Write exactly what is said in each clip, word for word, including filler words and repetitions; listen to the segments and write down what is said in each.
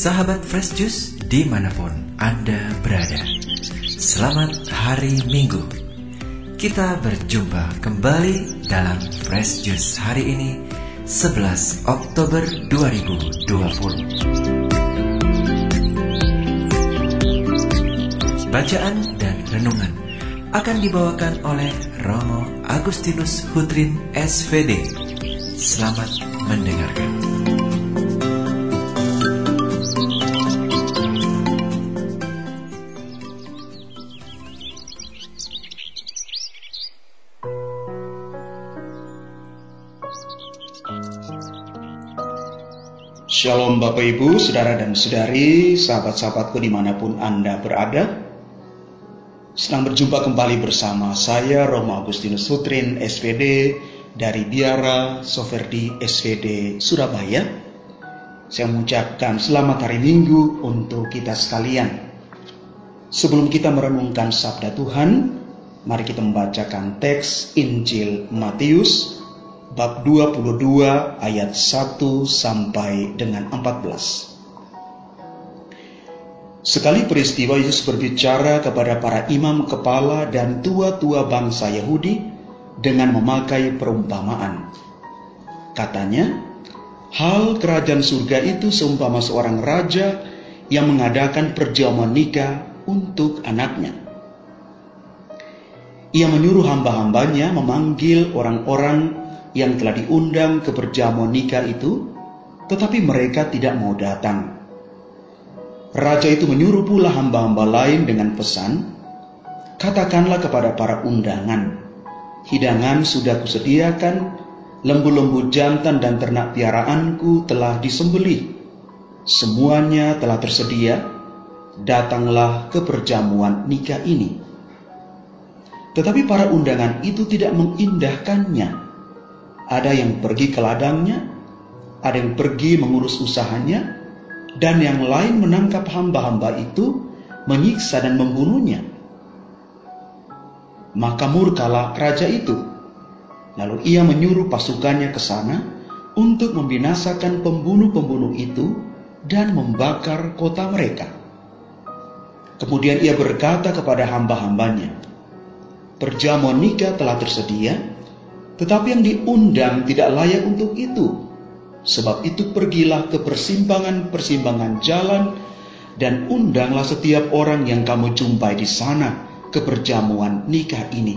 Sahabat Fresh Juice dimanapun Anda berada, selamat hari Minggu. Kita berjumpa kembali dalam Fresh Juice hari ini sebelas Oktober dua ribu dua puluh. Bacaan dan renungan akan dibawakan oleh Romo Agustinus Hutrin S V D. Selamat mendengarkan. Shalom Bapak Ibu, Saudara dan Saudari, sahabat-sahabatku dimanapun Anda berada. Senang berjumpa kembali bersama saya Romo Agustinus Hutrin S V D dari Biara Soferdi S V D Surabaya. Saya mengucapkan selamat hari Minggu untuk kita sekalian. Sebelum kita merenungkan sabda Tuhan, mari kita membacakan teks Injil Matius bab dua puluh dua ayat satu sampai dengan empat belas. Sekali peristiwa Yesus berbicara kepada para imam kepala dan tua-tua bangsa Yahudi dengan memakai perumpamaan. Katanya, hal kerajaan surga itu seumpama seorang raja yang mengadakan perjamuan nikah untuk anaknya. Ia menyuruh hamba-hambanya memanggil orang-orang yang telah diundang ke perjamuan nikah itu, tetapi mereka tidak mau datang. Raja itu menyuruh pula hamba-hamba lain dengan pesan, katakanlah kepada para undangan, hidangan sudah kusediakan, lembu-lembu jantan dan ternak piaraanku telah disembelih, semuanya telah tersedia, datanglah ke perjamuan nikah ini. Tetapi para undangan itu tidak mengindahkannya. Ada yang pergi ke ladangnya, ada yang pergi mengurus usahanya, dan yang lain menangkap hamba-hamba itu, menyiksa dan membunuhnya. Maka murkalah raja itu. Lalu ia menyuruh pasukannya ke sana untuk membinasakan pembunuh-pembunuh itu dan membakar kota mereka. Kemudian ia berkata kepada hamba-hambanya, perjamuan nikah telah tersedia, tetapi yang diundang tidak layak untuk itu. Sebab itu pergilah ke persimpangan-persimpangan jalan dan undanglah setiap orang yang kamu jumpai di sana ke perjamuan nikah ini.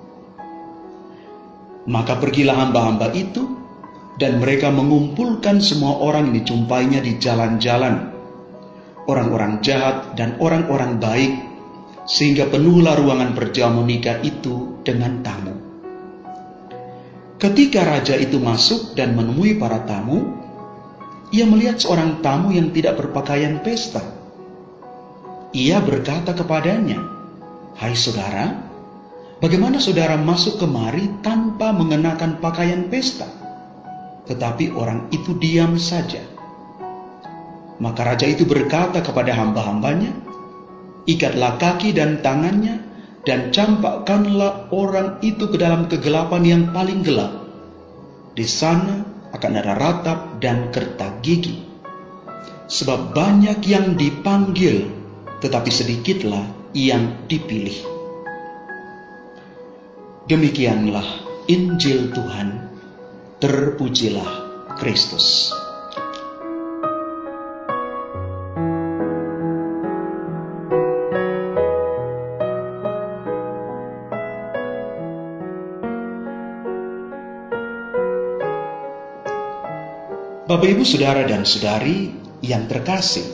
Maka pergilah hamba-hamba itu dan mereka mengumpulkan semua orang yang dijumpainya di jalan-jalan, orang-orang jahat dan orang-orang baik, sehingga penuhlah ruangan perjamuan nikah itu dengan tamu. Ketika raja itu masuk dan menemui para tamu, ia melihat seorang tamu yang tidak berpakaian pesta. Ia berkata kepadanya, hai saudara, bagaimana saudara masuk kemari tanpa mengenakan pakaian pesta? Tetapi orang itu diam saja. Maka raja itu berkata kepada hamba-hambanya, ikatlah kaki dan tangannya, dan campakkanlah orang itu ke dalam kegelapan yang paling gelap. Di sana akan ada ratap dan kertak gigi. Sebab banyak yang dipanggil, tetapi sedikitlah yang dipilih. Demikianlah Injil Tuhan. Terpujilah Kristus. Bapak Ibu Saudara dan Saudari yang terkasih,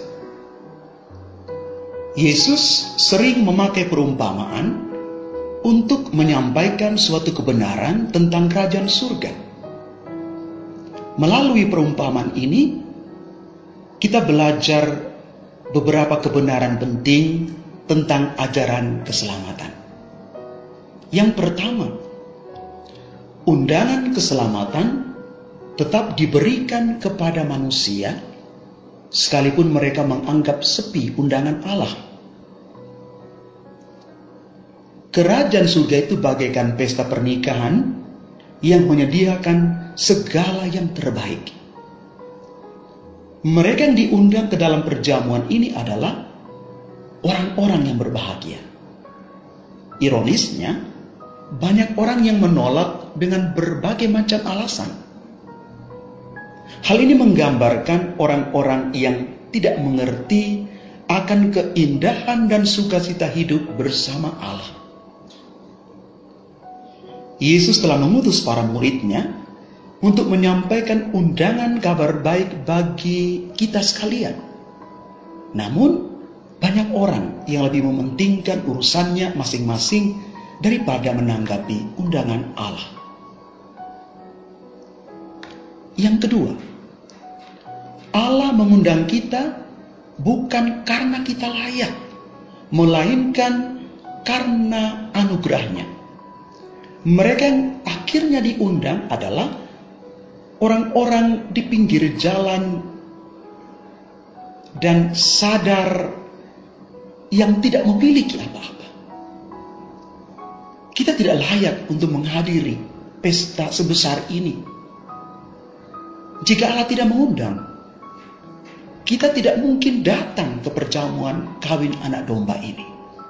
Yesus sering memakai perumpamaan untuk menyampaikan suatu kebenaran tentang kerajaan surga. Melalui perumpamaan ini, kita belajar beberapa kebenaran penting tentang ajaran keselamatan. Yang pertama, undangan keselamatan tetap diberikan kepada manusia, sekalipun mereka menganggap sepi undangan Allah. Kerajaan surga itu bagaikan pesta pernikahan yang menyediakan segala yang terbaik. Mereka yang diundang ke dalam perjamuan ini adalah orang-orang yang berbahagia. Ironisnya, banyak orang yang menolak dengan berbagai macam alasan. Hal ini menggambarkan orang-orang yang tidak mengerti akan keindahan dan sukacita hidup bersama Allah. Yesus telah mengutus para murid-Nya untuk menyampaikan undangan kabar baik bagi kita sekalian. Namun, banyak orang yang lebih mementingkan urusannya masing-masing daripada menanggapi undangan Allah. Yang kedua, Allah mengundang kita bukan karena kita layak, melainkan karena anugerahnya. Mereka yang akhirnya diundang adalah orang-orang di pinggir jalan dan sadar yang tidak memiliki apa-apa. Kita tidak layak untuk menghadiri pesta sebesar ini. Jika Allah tidak mengundang, kita tidak mungkin datang ke perjamuan kawin anak domba ini.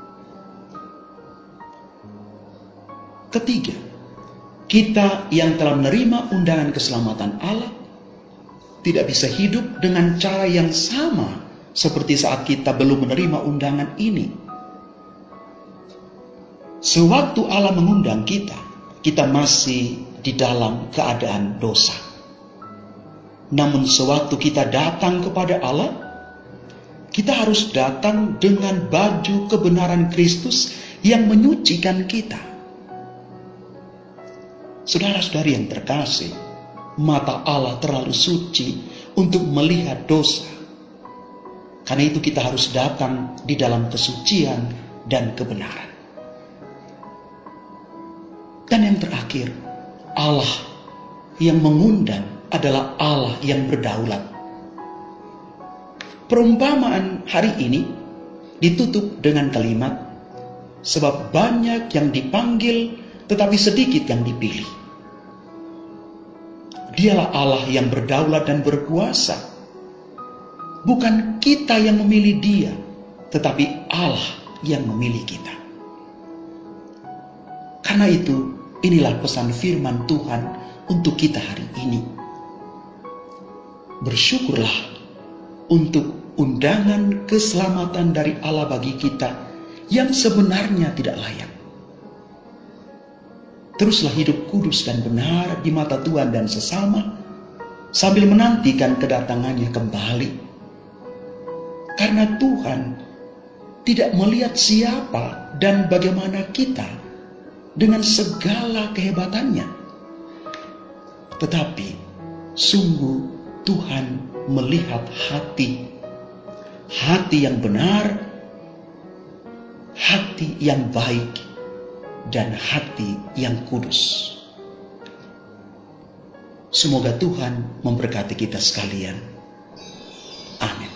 Ketiga, kita yang telah menerima undangan keselamatan Allah tidak bisa hidup dengan cara yang sama seperti saat kita belum menerima undangan ini. Sewaktu Allah mengundang kita, kita masih di dalam keadaan dosa. Namun sewaktu kita datang kepada Allah, kita harus datang dengan baju kebenaran Kristus yang menyucikan kita. Saudara-saudari yang terkasih, mata Allah terlalu suci untuk melihat dosa. Karena itu kita harus datang di dalam kesucian dan kebenaran. Dan yang terakhir, Allah yang mengundang adalah Allah yang berdaulat. Perumpamaan hari ini ditutup dengan kalimat, sebab banyak yang dipanggil tetapi sedikit yang dipilih. Dialah Allah yang berdaulat dan berkuasa. Bukan kita yang memilih Dia, tetapi Allah yang memilih kita. Karena itu, inilah pesan firman Tuhan untuk kita hari ini. Bersyukurlah untuk undangan keselamatan dari Allah bagi kita yang sebenarnya tidak layak. Teruslah hidup kudus dan benar di mata Tuhan dan sesama, sambil menantikan kedatangannya kembali. Karena Tuhan tidak melihat siapa dan bagaimana kita dengan segala kehebatannya. Tetapi sungguh Tuhan melihat hati. Hati yang benar, hati yang baik, dan hati yang kudus. Semoga Tuhan memberkati kita sekalian. Amin.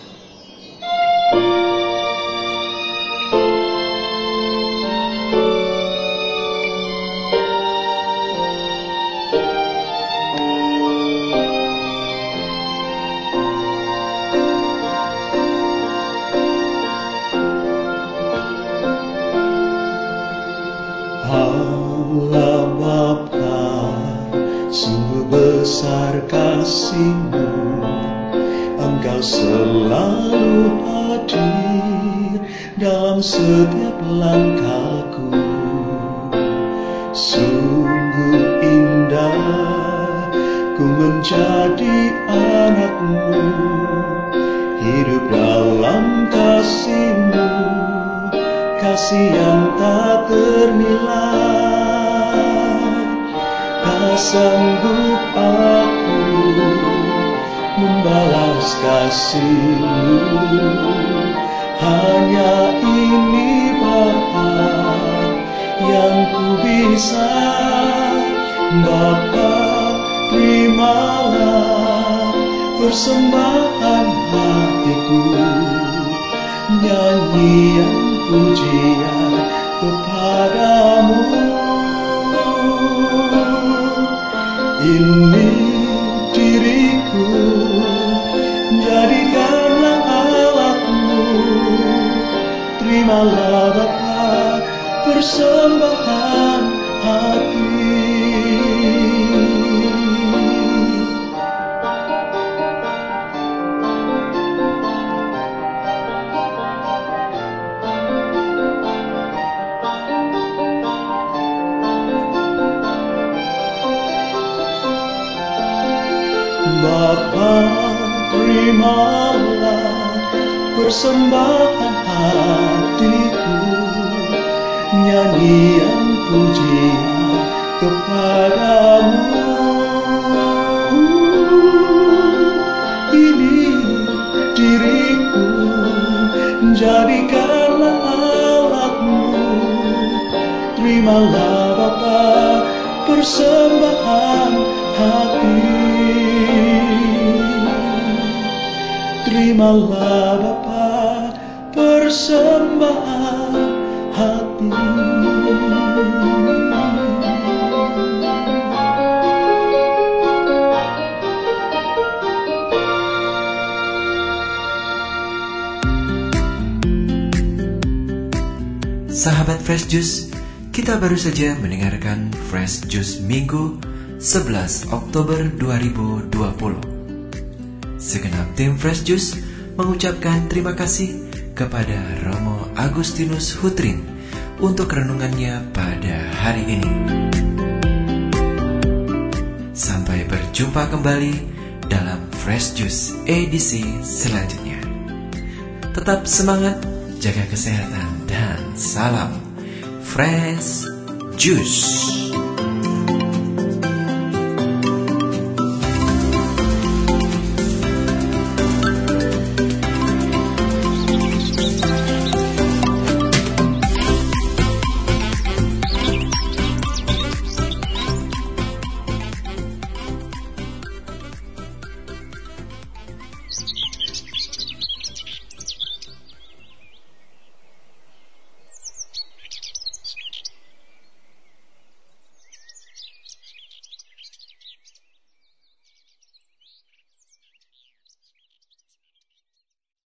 Allah Bapa, sungguh besar kasih-Mu, Engkau selalu hadir dalam setiap langkahku. Sungguh indah ku menjadi anak-Mu, hidup dalam kasih-Mu, kasih yang tak ternilai. Tak sanggup aku membalas kasih-Mu, hanya ini Bapa yang ku bisa. Bapa, terimalah persembahan hatiku, nyanyian pujian kepadamu. Ini diriku, jadi persembahan hati. Bapa, terimalah persembahan hatiku, nyanyian pujian kepadamu. Ini diriku, jadikanlah alatmu. Terimalah Bapa persembahan hati. Terimalah Bapa persembahan hati. Sahabat Fresh Juice, kita baru saja mendengarkan Fresh Juice Minggu sebelas Oktober dua ribu dua puluh. Segenap tim Fresh Juice mengucapkan terima kasih kepada Romo Agustinus Hutrin untuk renungannya pada hari ini. Sampai berjumpa kembali dalam Fresh Juice edisi selanjutnya. Tetap semangat, jaga kesehatan, dan salam Fresh Juice.